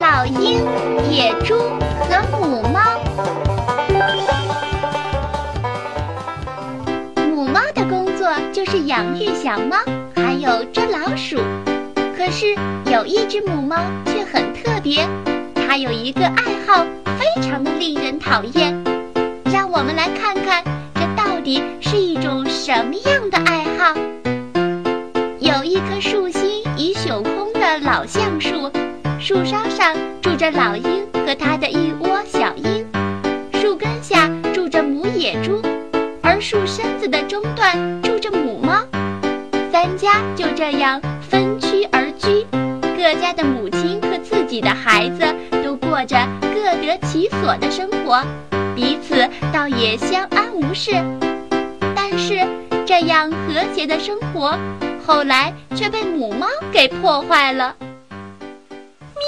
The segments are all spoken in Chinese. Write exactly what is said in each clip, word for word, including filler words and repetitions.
老鹰、野猪和母猫。母猫的工作就是养育小猫，还有捉老鼠。可是有一只母猫却很特别，它有一个爱好，非常的令人讨厌。让我们来看看，这到底是一种什么样的爱好？有一棵树心已朽空的老橡树，树梢上住着老鹰和它的一窝小鹰，树根下住着母野猪，而树身子的中段住着母猫。三家就这样分区而居，各家的母亲和自己的孩子都过着各得其所的生活，彼此倒也相安无事。但是这样和谐的生活后来却被母猫给破坏了。 喵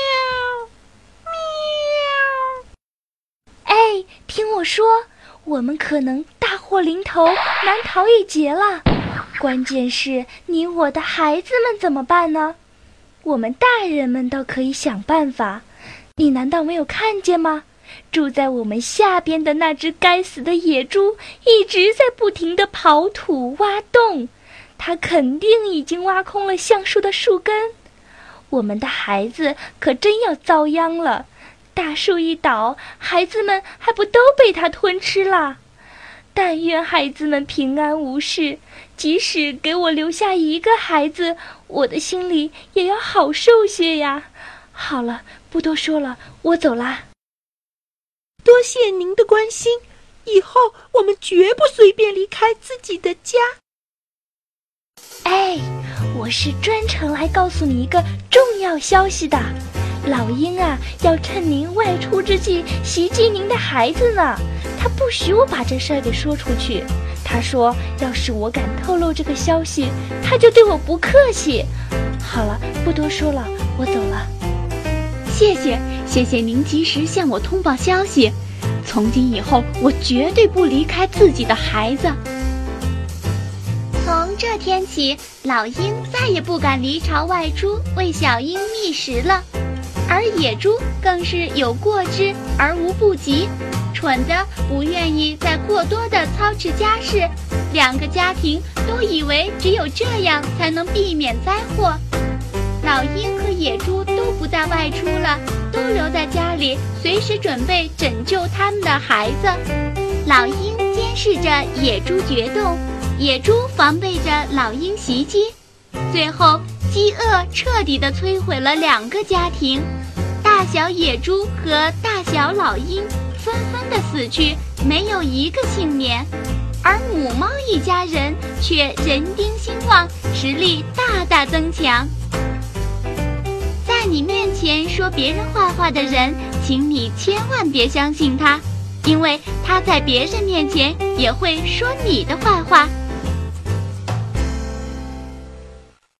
喵！哎，听我说，我们可能大祸临头，难逃一劫了。关键是你我的孩子们怎么办呢？我们大人们倒可以想办法。你难道没有看见吗？住在我们下边的那只该死的野猪一直在不停地刨土挖洞，它肯定已经挖空了橡树的树根。我们的孩子可真要遭殃了，大树一倒，孩子们还不都被它吞吃了？但愿孩子们平安无事，即使给我留下一个孩子，我的心里也要好受些呀。好了，不多说了，我走啦。 多谢您的关心，以后我们绝不随便离开自己的家。 哎，我是专程来告诉你一个重要消息的。老鹰啊，要趁您外出之际袭击您的孩子呢。他不许我把这事儿给说出去。他说，要是我敢透露这个消息，他就对我不客气。好了，不多说了，我走了。 谢谢，谢谢您及时向我通报消息。从今以后，我绝对不离开自己的孩子。 从这天起，老鹰再也不敢离巢外出为小鹰觅食了，而野猪更是有过之而无不及，蠢的不愿意再过多的操持家事。两个家庭都以为只有这样才能避免灾祸。老鹰和野猪都不再外出了，都留在家里，随时准备拯救他们的孩子。老鹰监视着野猪决斗，野猪防备着老鹰袭击，最后饥饿彻底地摧毁了两个家庭。大小野猪和大小老鹰纷纷的死去，没有一个幸免，而母猫一家人却人丁兴旺，实力大大增强。在你面前说别人坏话的人，请你千万别相信他，因为他在别人面前也会说你的坏话。